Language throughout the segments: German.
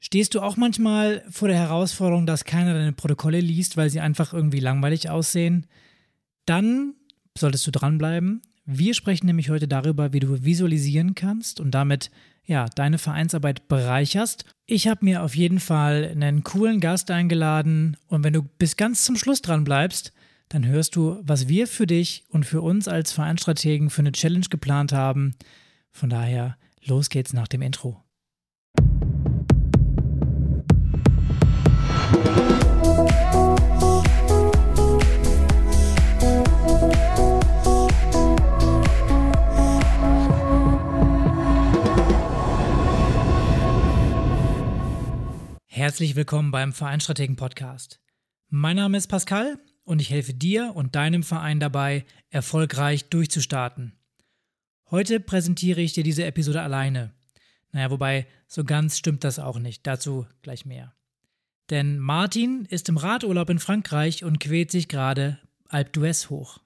Stehst du auch manchmal vor der Herausforderung, dass keiner deine Protokolle liest, weil sie einfach irgendwie langweilig aussehen? Dann solltest du dranbleiben. Wir sprechen nämlich heute darüber, wie du visualisieren kannst und damit deine Vereinsarbeit bereicherst. Ich habe mir auf jeden Fall einen coolen Gast eingeladen und wenn du bis ganz zum Schluss dran bleibst, dann hörst du, was wir für dich und für uns als Vereinsstrategen für eine Challenge geplant haben. Von daher, los geht's nach dem Intro. Herzlich willkommen beim Vereinsstrategen-Podcast. Mein Name ist Pascal und ich helfe dir und deinem Verein dabei, erfolgreich durchzustarten. Heute präsentiere ich dir diese Episode alleine. Wobei, so ganz stimmt das auch nicht. Dazu gleich mehr. Denn Martin ist im Radurlaub in Frankreich und quält sich gerade Alpe d'Huez hoch.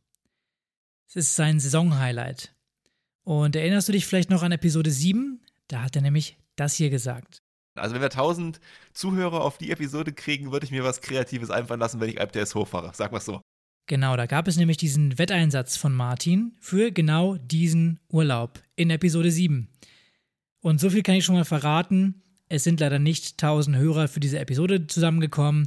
Es ist sein Saisonhighlight. Und erinnerst du dich vielleicht noch an Episode 7? Da hat er nämlich das hier gesagt. Also wenn wir 1000 Zuhörer auf die Episode kriegen, würde ich mir was Kreatives einfallen lassen, wenn ich Alpe d'Huez hochfahre. Sag mal so. Genau, da gab es nämlich diesen Wetteinsatz von Martin für genau diesen Urlaub in Episode 7. Und so viel kann ich schon mal verraten, es sind leider nicht 1000 Hörer für diese Episode zusammengekommen,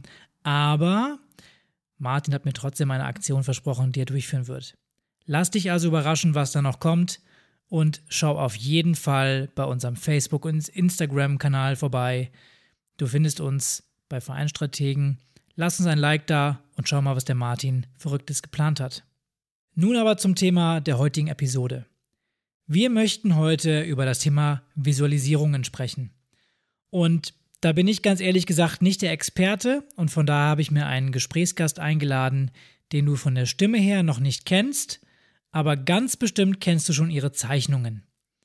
aber Martin hat mir trotzdem eine Aktion versprochen, die er durchführen wird. Lass dich also überraschen, was da noch kommt. Und schau auf jeden Fall bei unserem Facebook- und Instagram-Kanal vorbei. Du findest uns bei Vereinsstrategen. Lass uns ein Like da und schau mal, was der Martin Verrücktes geplant hat. Nun aber zum Thema der heutigen Episode. Wir möchten heute über das Thema Visualisierungen sprechen. Und da bin ich ganz ehrlich gesagt nicht der Experte und von daher habe ich mir einen Gesprächsgast eingeladen, den du von der Stimme her noch nicht kennst, aber ganz bestimmt kennst du schon ihre Zeichnungen.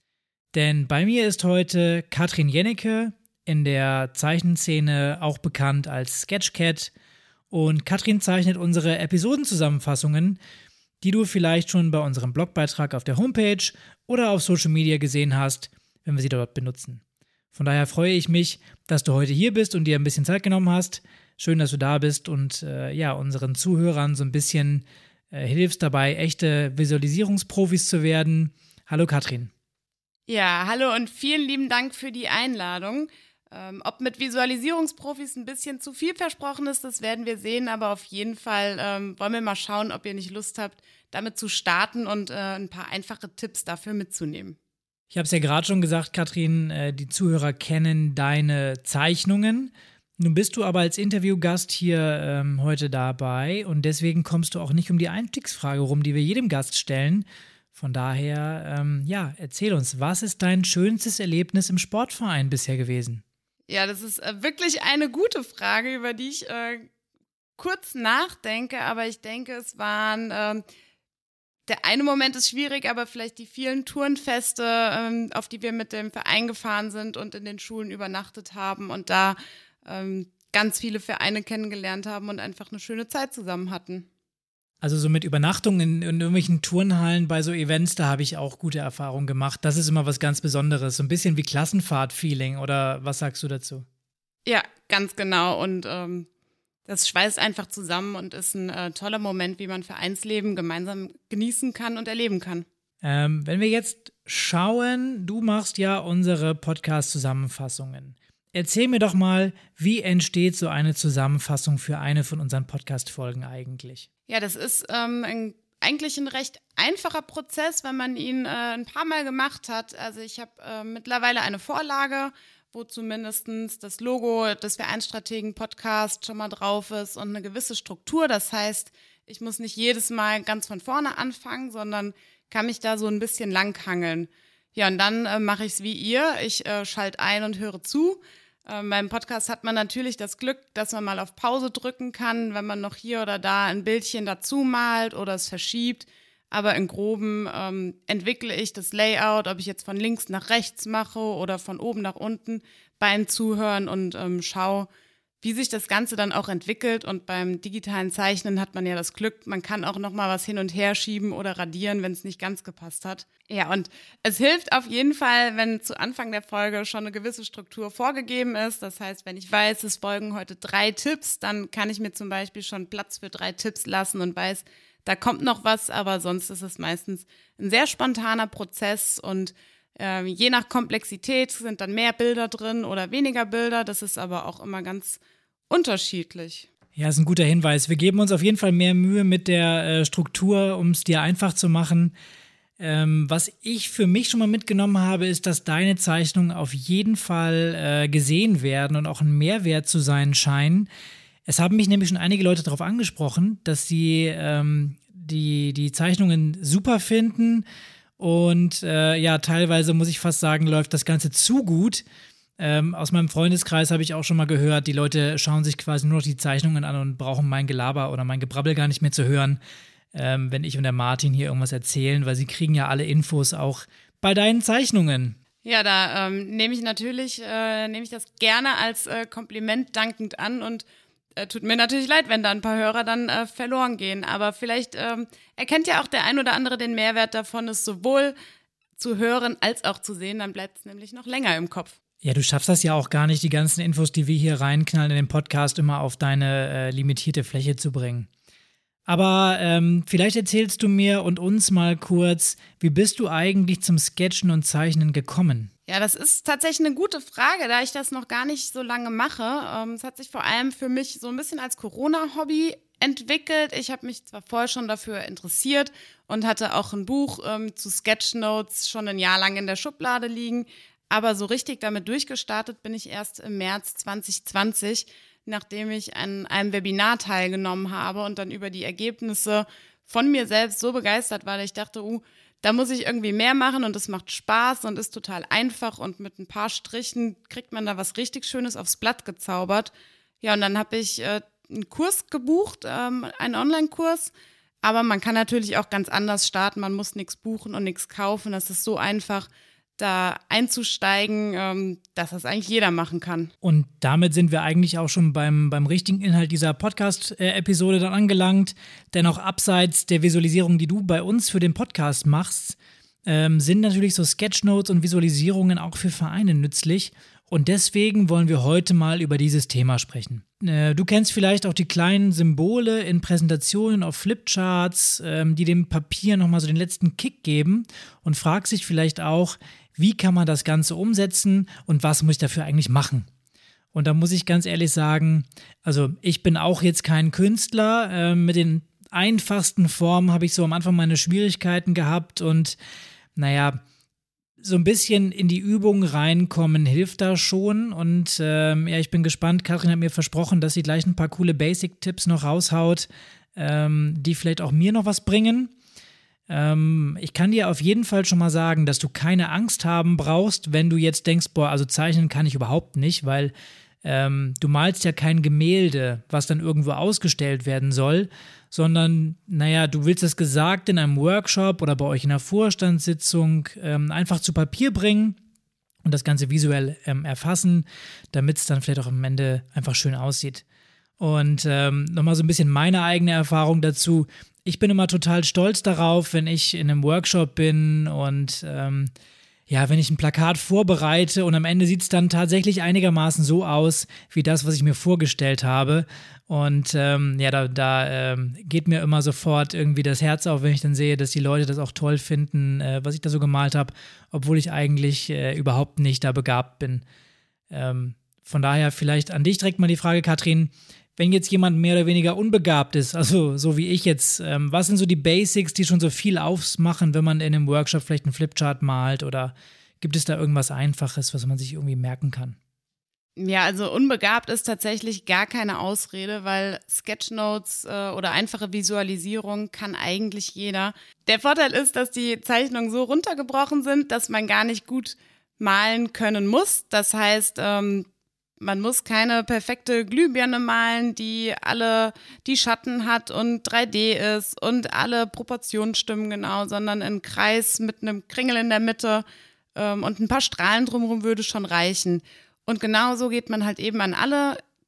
Denn bei mir ist heute Katrin Jennecke, in der Zeichenszene auch bekannt als Sketchcat. Und Katrin zeichnet unsere Episodenzusammenfassungen, die du vielleicht schon bei unserem Blogbeitrag auf der Homepage oder auf Social Media gesehen hast, wenn wir sie dort benutzen. Von daher freue ich mich, dass du heute hier bist und dir ein bisschen Zeit genommen hast. Schön, dass du da bist und unseren Zuhörern so ein bisschen hilfst dabei, echte Visualisierungsprofis zu werden. Hallo Katrin. Ja, hallo und vielen lieben Dank für die Einladung. Ob mit Visualisierungsprofis ein bisschen zu viel versprochen ist, das werden wir sehen, aber auf jeden Fall wollen wir mal schauen, ob ihr nicht Lust habt, damit zu starten und ein paar einfache Tipps dafür mitzunehmen. Ich habe es ja gerade schon gesagt, Katrin, die Zuhörer kennen deine Zeichnungen. Nun bist du aber als Interviewgast hier heute dabei und deswegen kommst du auch nicht um die Einstiegsfrage rum, die wir jedem Gast stellen. Von daher, erzähl uns, was ist dein schönstes Erlebnis im Sportverein bisher gewesen? Ja, das ist wirklich eine gute Frage, über die ich kurz nachdenke, aber ich denke, es waren, der eine Moment ist schwierig, aber vielleicht die vielen Turnfeste, auf die wir mit dem Verein gefahren sind und in den Schulen übernachtet haben und da ganz viele Vereine kennengelernt haben und einfach eine schöne Zeit zusammen hatten. Also so mit Übernachtungen in irgendwelchen Turnhallen bei so Events, da habe ich auch gute Erfahrungen gemacht. Das ist immer was ganz Besonderes, so ein bisschen wie Klassenfahrt-Feeling oder was sagst du dazu? Ja, ganz genau und das schweißt einfach zusammen und ist ein toller Moment, wie man Vereinsleben gemeinsam genießen kann und erleben kann. Wenn wir jetzt schauen, du machst ja unsere Podcast-Zusammenfassungen. Erzähl mir doch mal, wie entsteht so eine Zusammenfassung für eine von unseren Podcast-Folgen eigentlich? Ja, das ist eigentlich ein recht einfacher Prozess, wenn man ihn ein paar Mal gemacht hat. Also ich habe mittlerweile eine Vorlage, wo zumindest das Logo des Vereinsstrategen-Podcasts schon mal drauf ist und eine gewisse Struktur. Das heißt, ich muss nicht jedes Mal ganz von vorne anfangen, sondern kann mich da so ein bisschen langhangeln. Ja, und dann mache ich es wie ihr. Ich schalte ein und höre zu. Beim Podcast hat man natürlich das Glück, dass man mal auf Pause drücken kann, wenn man noch hier oder da ein Bildchen dazu malt oder es verschiebt. Aber im Groben entwickle ich das Layout, ob ich jetzt von links nach rechts mache oder von oben nach unten beim Zuhören und schaue, wie sich das Ganze dann auch entwickelt. Und beim digitalen Zeichnen hat man ja das Glück, man kann auch nochmal was hin und her schieben oder radieren, wenn es nicht ganz gepasst hat. Ja, und es hilft auf jeden Fall, wenn zu Anfang der Folge schon eine gewisse Struktur vorgegeben ist. Das heißt, wenn ich weiß, es folgen heute 3 Tipps, dann kann ich mir zum Beispiel schon Platz für 3 Tipps lassen und weiß, da kommt noch was, aber sonst ist es meistens ein sehr spontaner Prozess und je nach Komplexität sind dann mehr Bilder drin oder weniger Bilder. Das ist aber auch immer ganz unterschiedlich. Ja, ist ein guter Hinweis. Wir geben uns auf jeden Fall mehr Mühe mit der Struktur, um es dir einfach zu machen. Was ich für mich schon mal mitgenommen habe, ist, dass deine Zeichnungen auf jeden Fall gesehen werden und auch ein Mehrwert zu sein scheinen. Es haben mich nämlich schon einige Leute darauf angesprochen, dass sie die Zeichnungen super finden. Und teilweise muss ich fast sagen, läuft das Ganze zu gut. Aus meinem Freundeskreis habe ich auch schon mal gehört, die Leute schauen sich quasi nur noch die Zeichnungen an und brauchen mein Gelaber oder mein Gebrabbel gar nicht mehr zu hören, wenn ich und der Martin hier irgendwas erzählen, weil sie kriegen ja alle Infos auch bei deinen Zeichnungen. Ja, da nehme ich das gerne als Kompliment dankend an und tut mir natürlich leid, wenn da ein paar Hörer dann verloren gehen. Aber vielleicht erkennt ja auch der ein oder andere den Mehrwert davon, es sowohl zu hören als auch zu sehen. Dann bleibt es nämlich noch länger im Kopf. Ja, du schaffst das ja auch gar nicht, die ganzen Infos, die wir hier reinknallen in den Podcast, immer auf deine limitierte Fläche zu bringen. Aber vielleicht erzählst du mir und uns mal kurz, wie bist du eigentlich zum Sketchen und Zeichnen gekommen? Ja, das ist tatsächlich eine gute Frage, da ich das noch gar nicht so lange mache. Es hat sich vor allem für mich so ein bisschen als Corona-Hobby entwickelt. Ich habe mich zwar vorher schon dafür interessiert und hatte auch ein Buch zu Sketchnotes schon ein Jahr lang in der Schublade liegen, aber so richtig damit durchgestartet bin ich erst im März 2020, nachdem ich an einem Webinar teilgenommen habe und dann über die Ergebnisse von mir selbst so begeistert war, dass ich dachte, da muss ich irgendwie mehr machen und es macht Spaß und ist total einfach und mit ein paar Strichen kriegt man da was richtig Schönes aufs Blatt gezaubert. Ja, und dann habe ich einen Kurs gebucht, einen Online-Kurs, aber man kann natürlich auch ganz anders starten, man muss nichts buchen und nichts kaufen, das ist so einfach, da einzusteigen, dass das eigentlich jeder machen kann. Und damit sind wir eigentlich auch schon beim richtigen Inhalt dieser Podcast-Episode dann angelangt, denn auch abseits der Visualisierung, die du bei uns für den Podcast machst, sind natürlich so Sketchnotes und Visualisierungen auch für Vereine nützlich. Und deswegen wollen wir heute mal über dieses Thema sprechen. Du kennst vielleicht auch die kleinen Symbole in Präsentationen auf Flipcharts, die dem Papier nochmal so den letzten Kick geben und fragst dich vielleicht auch, wie kann man das Ganze umsetzen und was muss ich dafür eigentlich machen? Und da muss ich ganz ehrlich sagen, also ich bin auch jetzt kein Künstler. Mit den einfachsten Formen habe ich so am Anfang meine Schwierigkeiten gehabt und naja, so ein bisschen in die Übung reinkommen hilft da schon und ich bin gespannt. Katrin hat mir versprochen, dass sie gleich ein paar coole Basic-Tipps noch raushaut, die vielleicht auch mir noch was bringen. Ich kann dir auf jeden Fall schon mal sagen, dass du keine Angst haben brauchst, wenn du jetzt denkst, also zeichnen kann ich überhaupt nicht, weil du malst ja kein Gemälde, was dann irgendwo ausgestellt werden soll, sondern, du willst das Gesagte in einem Workshop oder bei euch in einer Vorstandssitzung einfach zu Papier bringen und das Ganze visuell erfassen, damit es dann vielleicht auch am Ende einfach schön aussieht. Und nochmal so ein bisschen meine eigene Erfahrung dazu. Ich bin immer total stolz darauf, wenn ich in einem Workshop bin und wenn ich ein Plakat vorbereite und am Ende sieht es dann tatsächlich einigermaßen so aus, wie das, was ich mir vorgestellt habe. Und da geht mir immer sofort irgendwie das Herz auf, wenn ich dann sehe, dass die Leute das auch toll finden, was ich da so gemalt habe, obwohl ich eigentlich überhaupt nicht da begabt bin. Von daher vielleicht an dich direkt mal die Frage, Katrin, wenn jetzt jemand mehr oder weniger unbegabt ist, also so wie ich jetzt, was sind so die Basics, die schon so viel ausmachen, wenn man in einem Workshop vielleicht einen Flipchart malt oder gibt es da irgendwas Einfaches, was man sich irgendwie merken kann? Ja, also unbegabt ist tatsächlich gar keine Ausrede, weil Sketchnotes oder einfache Visualisierung kann eigentlich jeder. Der Vorteil ist, dass die Zeichnungen so runtergebrochen sind, dass man gar nicht gut malen können muss. Das heißt, man muss keine perfekte Glühbirne malen, die alle die Schatten hat und 3D ist und alle Proportionen stimmen genau, sondern ein Kreis mit einem Kringel in der Mitte und ein paar Strahlen drumherum würde schon reichen. Und genau so geht man halt eben an alle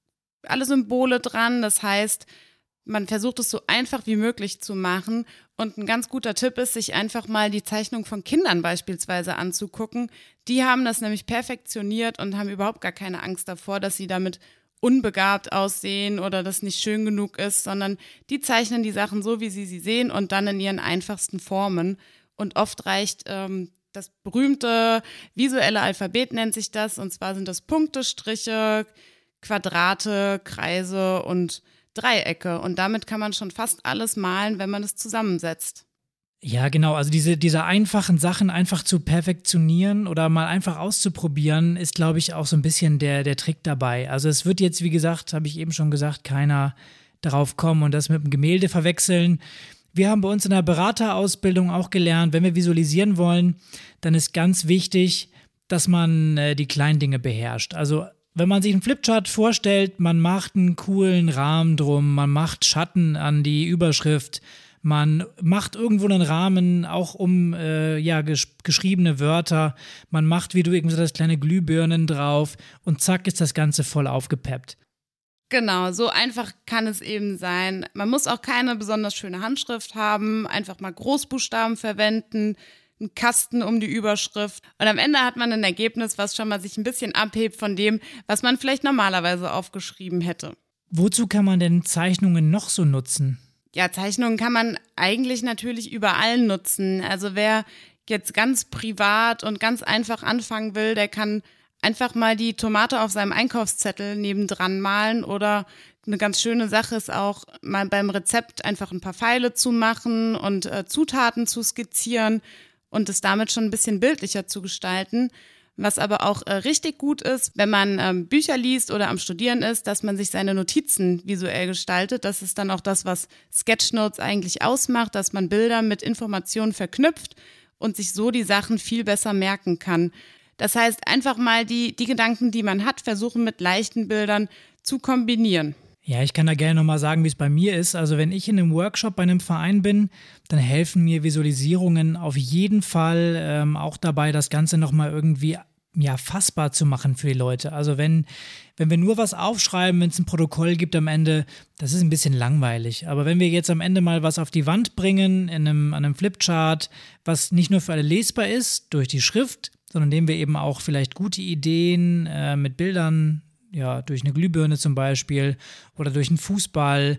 alle Symbole dran. Das heißt, man versucht es so einfach wie möglich zu machen. Und ein ganz guter Tipp ist, sich einfach mal die Zeichnung von Kindern beispielsweise anzugucken. Die haben das nämlich perfektioniert und haben überhaupt gar keine Angst davor, dass sie damit unbegabt aussehen oder das nicht schön genug ist, sondern die zeichnen die Sachen so, wie sie sehen und dann in ihren einfachsten Formen. Und oft reicht das berühmte visuelle Alphabet, nennt sich das. Und zwar sind das Punkte, Striche, Quadrate, Kreise und Dreiecke. Und damit kann man schon fast alles malen, wenn man es zusammensetzt. Ja, genau. Also diese einfachen Sachen einfach zu perfektionieren oder mal einfach auszuprobieren, ist, glaube ich, auch so ein bisschen der Trick dabei. Also es wird jetzt, wie gesagt, habe ich eben schon gesagt, keiner darauf kommen und das mit dem Gemälde verwechseln. Wir haben bei uns in der Beraterausbildung auch gelernt, wenn wir visualisieren wollen, dann ist ganz wichtig, dass man die kleinen Dinge beherrscht. Also wenn man sich einen Flipchart vorstellt, man macht einen coolen Rahmen drum, man macht Schatten an die Überschrift, man macht irgendwo einen Rahmen, auch um geschriebene Wörter, man macht, wie du eben gesagt hast, kleine Glühbirnen drauf und zack ist das Ganze voll aufgepeppt. Genau, so einfach kann es eben sein. Man muss auch keine besonders schöne Handschrift haben, einfach mal Großbuchstaben verwenden, einen Kasten um die Überschrift. Und am Ende hat man ein Ergebnis, was schon mal sich ein bisschen abhebt von dem, was man vielleicht normalerweise aufgeschrieben hätte. Wozu kann man denn Zeichnungen noch so nutzen? Ja, Zeichnungen kann man eigentlich natürlich überall nutzen. Also wer jetzt ganz privat und ganz einfach anfangen will, der kann einfach mal die Tomate auf seinem Einkaufszettel nebendran malen oder eine ganz schöne Sache ist auch, mal beim Rezept einfach ein paar Pfeile zu machen und Zutaten zu skizzieren und es damit schon ein bisschen bildlicher zu gestalten. Was aber auch richtig gut ist, wenn man Bücher liest oder am Studieren ist, dass man sich seine Notizen visuell gestaltet. Das ist dann auch das, was Sketchnotes eigentlich ausmacht, dass man Bilder mit Informationen verknüpft und sich so die Sachen viel besser merken kann. Das heißt, einfach mal die Gedanken, die man hat, versuchen mit leichten Bildern zu kombinieren. Ja, ich kann da gerne nochmal sagen, wie es bei mir ist. Also wenn ich in einem Workshop bei einem Verein bin, dann helfen mir Visualisierungen auf jeden Fall auch dabei, das Ganze nochmal irgendwie fassbar zu machen für die Leute. Also wenn wir nur was aufschreiben, wenn es ein Protokoll gibt am Ende, das ist ein bisschen langweilig. Aber wenn wir jetzt am Ende mal was auf die Wand bringen, an einem Flipchart, was nicht nur für alle lesbar ist, durch die Schrift, sondern indem wir eben auch vielleicht gute Ideen mit Bildern, ja, durch eine Glühbirne zum Beispiel oder durch einen Fußball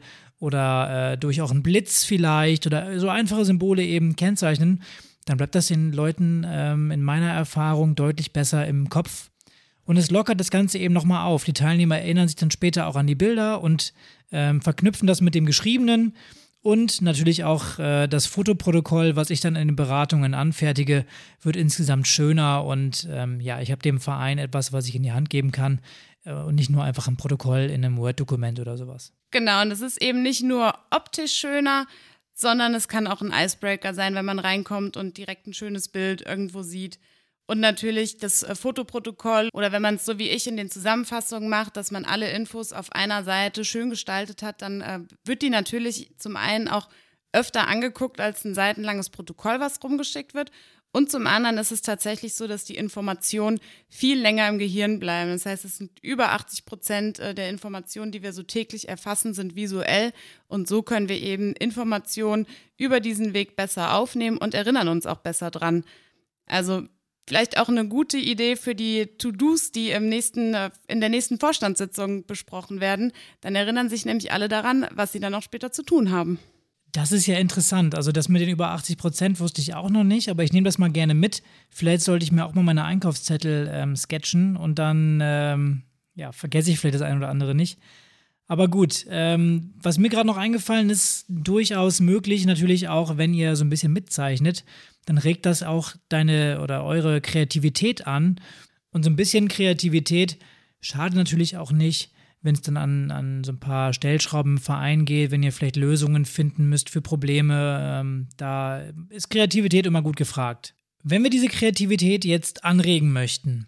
oder durch auch einen Blitz vielleicht oder so einfache Symbole eben kennzeichnen, dann bleibt das den Leuten in meiner Erfahrung deutlich besser im Kopf. Und es lockert das Ganze eben nochmal auf. Die Teilnehmer erinnern sich dann später auch an die Bilder und verknüpfen das mit dem Geschriebenen. Und natürlich auch das Fotoprotokoll, was ich dann in den Beratungen anfertige, wird insgesamt schöner. Und ich habe dem Verein etwas, was ich in die Hand geben kann und nicht nur einfach ein Protokoll in einem Word-Dokument oder sowas. Genau, und es ist eben nicht nur optisch schöner, sondern es kann auch ein Icebreaker sein, wenn man reinkommt und direkt ein schönes Bild irgendwo sieht. Und natürlich das Fotoprotokoll oder wenn man es so wie ich in den Zusammenfassungen macht, dass man alle Infos auf einer Seite schön gestaltet hat, dann wird die natürlich zum einen auch öfter angeguckt als ein seitenlanges Protokoll, was rumgeschickt wird. Und zum anderen ist es tatsächlich so, dass die Informationen viel länger im Gehirn bleiben. Das heißt, es sind über 80% der Informationen, die wir so täglich erfassen, sind visuell. Und so können wir eben Informationen über diesen Weg besser aufnehmen und erinnern uns auch besser dran. Also vielleicht auch eine gute Idee für die To-Dos, die in der nächsten Vorstandssitzung besprochen werden. Dann erinnern sich nämlich alle daran, was sie dann auch später zu tun haben. Das ist ja interessant. Also das mit den über 80% wusste ich auch noch nicht, aber ich nehme das mal gerne mit. Vielleicht sollte ich mir auch mal meine Einkaufszettel sketchen und dann vergesse ich vielleicht das eine oder andere nicht. Aber gut, was mir gerade noch eingefallen ist, durchaus möglich, natürlich auch, wenn ihr so ein bisschen mitzeichnet, dann regt das auch deine oder eure Kreativität an. Und so ein bisschen Kreativität schadet natürlich auch nicht, wenn es dann an so ein paar Stellschrauben im Verein geht, wenn ihr vielleicht Lösungen finden müsst für Probleme, da ist Kreativität immer gut gefragt. Wenn wir diese Kreativität jetzt anregen möchten,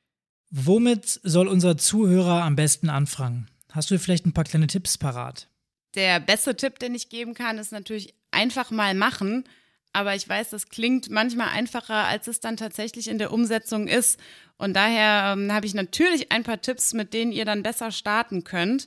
womit soll unser Zuhörer am besten anfangen? Hast du vielleicht ein paar kleine Tipps parat? Der beste Tipp, den ich geben kann, ist natürlich einfach mal machen. aber ich weiß, das klingt manchmal einfacher, als es dann tatsächlich in der Umsetzung ist. Und daher habe ich natürlich ein paar Tipps, mit denen ihr dann besser starten könnt.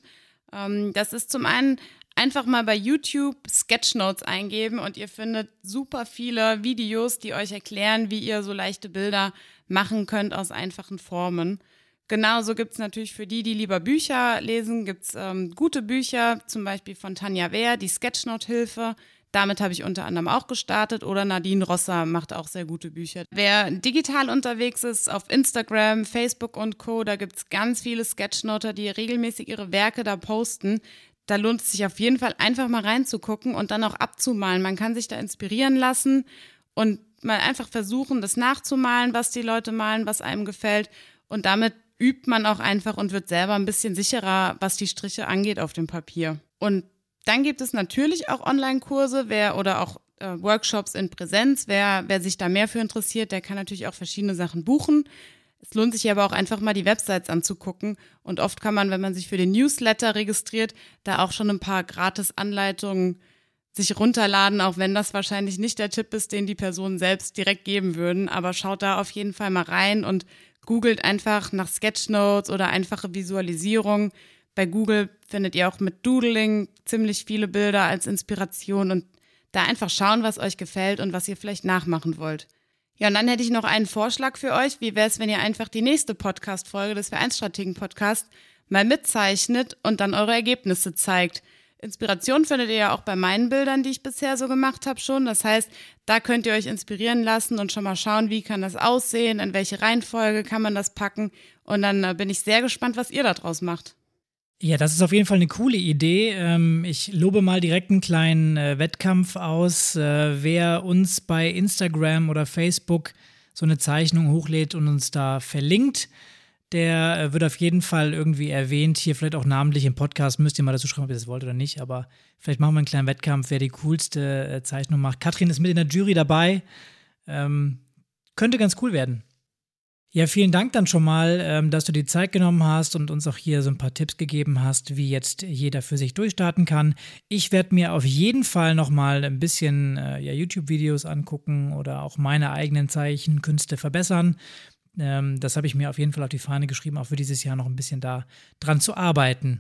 Das ist zum einen einfach mal bei YouTube Sketchnotes eingeben und ihr findet super viele Videos, die euch erklären, wie ihr so leichte Bilder machen könnt aus einfachen Formen. Genauso gibt es natürlich für die lieber Bücher lesen, gibt es gute Bücher, zum Beispiel von Tanja Wehr, die Sketchnote-Hilfe. Damit habe ich unter anderem auch gestartet, oder Nadine Rosser macht auch sehr gute Bücher. Wer digital unterwegs ist, auf Instagram, Facebook und Co., da gibt es ganz viele Sketchnoter, die regelmäßig ihre Werke da posten. Da lohnt es sich auf jeden Fall einfach mal reinzugucken und dann auch abzumalen. Man kann sich da inspirieren lassen und mal einfach versuchen, das nachzumalen, was die Leute malen, was einem gefällt. Und damit übt man auch einfach und wird selber ein bisschen sicherer, was die Striche angeht auf dem Papier. Und dann gibt es natürlich auch Online-Kurse oder auch Workshops in Präsenz. Wer sich da mehr für interessiert, der kann natürlich auch verschiedene Sachen buchen. Es lohnt sich aber auch einfach mal die Websites anzugucken. Und oft kann man, wenn man sich für den Newsletter registriert, da auch schon ein paar Gratis-Anleitungen sich runterladen, auch wenn das wahrscheinlich nicht der Tipp ist, den die Personen selbst direkt geben würden. Aber schaut da auf jeden Fall mal rein und googelt einfach nach Sketchnotes oder einfache Visualisierung. Bei Google findet ihr auch mit Doodling ziemlich viele Bilder als Inspiration und da einfach schauen, was euch gefällt und was ihr vielleicht nachmachen wollt. Ja, und dann hätte ich noch einen Vorschlag für euch. Wie wäre es, wenn ihr einfach die nächste Podcast-Folge des Vereinsstrategen-Podcasts mal mitzeichnet und dann eure Ergebnisse zeigt? Inspiration findet ihr ja auch bei meinen Bildern, die ich bisher so gemacht habe schon. Das heißt, da könnt ihr euch inspirieren lassen und schon mal schauen, wie kann das aussehen, in welche Reihenfolge kann man das packen. Und dann bin ich sehr gespannt, was ihr daraus macht. Ja, das ist auf jeden Fall eine coole Idee. Ich lobe mal direkt einen kleinen Wettkampf aus. Wer uns bei Instagram oder Facebook so eine Zeichnung hochlädt und uns da verlinkt, der wird auf jeden Fall irgendwie erwähnt. Hier vielleicht auch namentlich im Podcast. Müsst ihr mal dazu schreiben, ob ihr das wollt oder nicht. Aber vielleicht machen wir einen kleinen Wettkampf, wer die coolste Zeichnung macht. Katrin ist mit in der Jury dabei. Könnte ganz cool werden. Ja, vielen Dank dann schon mal, dass du die Zeit genommen hast und uns auch hier so ein paar Tipps gegeben hast, wie jetzt jeder für sich durchstarten kann. Ich werde mir auf jeden Fall noch mal ein bisschen YouTube-Videos angucken oder auch meine eigenen Zeichenkünste verbessern. Das habe ich mir auf jeden Fall auf die Fahne geschrieben, auch für dieses Jahr noch ein bisschen da dran zu arbeiten.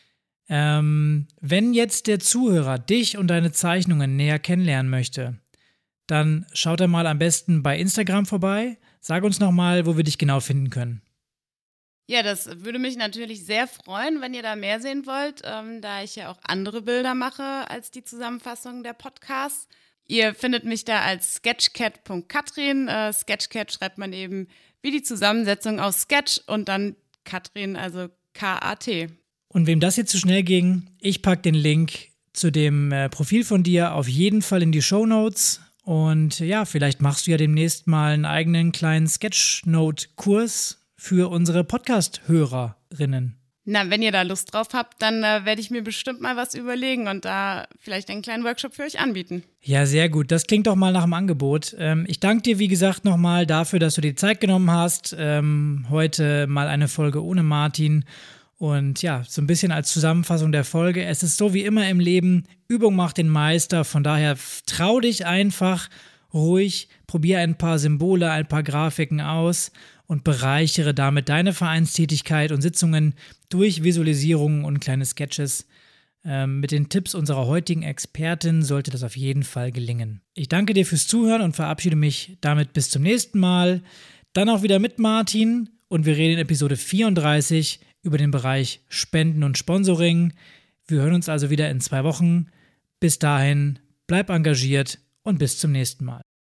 Wenn jetzt der Zuhörer dich und deine Zeichnungen näher kennenlernen möchte, dann schaut er mal am besten bei Instagram vorbei. Sag uns nochmal, wo wir dich genau finden können. Ja, das würde mich natürlich sehr freuen, wenn ihr da mehr sehen wollt, da ich ja auch andere Bilder mache als die Zusammenfassung der Podcasts. Ihr findet mich da als sketchcat.katrin. Sketchcat schreibt man eben wie die Zusammensetzung aus Sketch und dann Katrin, also K-A-T. Und wem das jetzt zu schnell ging, ich packe den Link zu dem Profil von dir auf jeden Fall in die Shownotes. Und ja, vielleicht machst du ja demnächst mal einen eigenen kleinen Sketchnote-Kurs für unsere Podcast-Hörerinnen. Na, wenn ihr da Lust drauf habt, dann werde ich mir bestimmt mal was überlegen und da vielleicht einen kleinen Workshop für euch anbieten. Ja, sehr gut. Das klingt doch mal nach einem Angebot. Ich danke dir, wie gesagt, nochmal dafür, dass du dir Zeit genommen hast. Heute mal eine Folge ohne Martin. Und ja, so ein bisschen als Zusammenfassung der Folge. Es ist so wie immer im Leben, Übung macht den Meister. Von daher trau dich einfach ruhig, probier ein paar Symbole, ein paar Grafiken aus und bereichere damit deine Vereinstätigkeit und Sitzungen durch Visualisierungen und kleine Sketches. Mit den Tipps unserer heutigen Expertin sollte das auf jeden Fall gelingen. Ich danke dir fürs Zuhören und verabschiede mich damit bis zum nächsten Mal. Dann auch wieder mit Martin und wir reden in Episode 34 über den Bereich Spenden und Sponsoring. Wir hören uns also wieder in 2 Wochen. Bis dahin, bleib engagiert und bis zum nächsten Mal.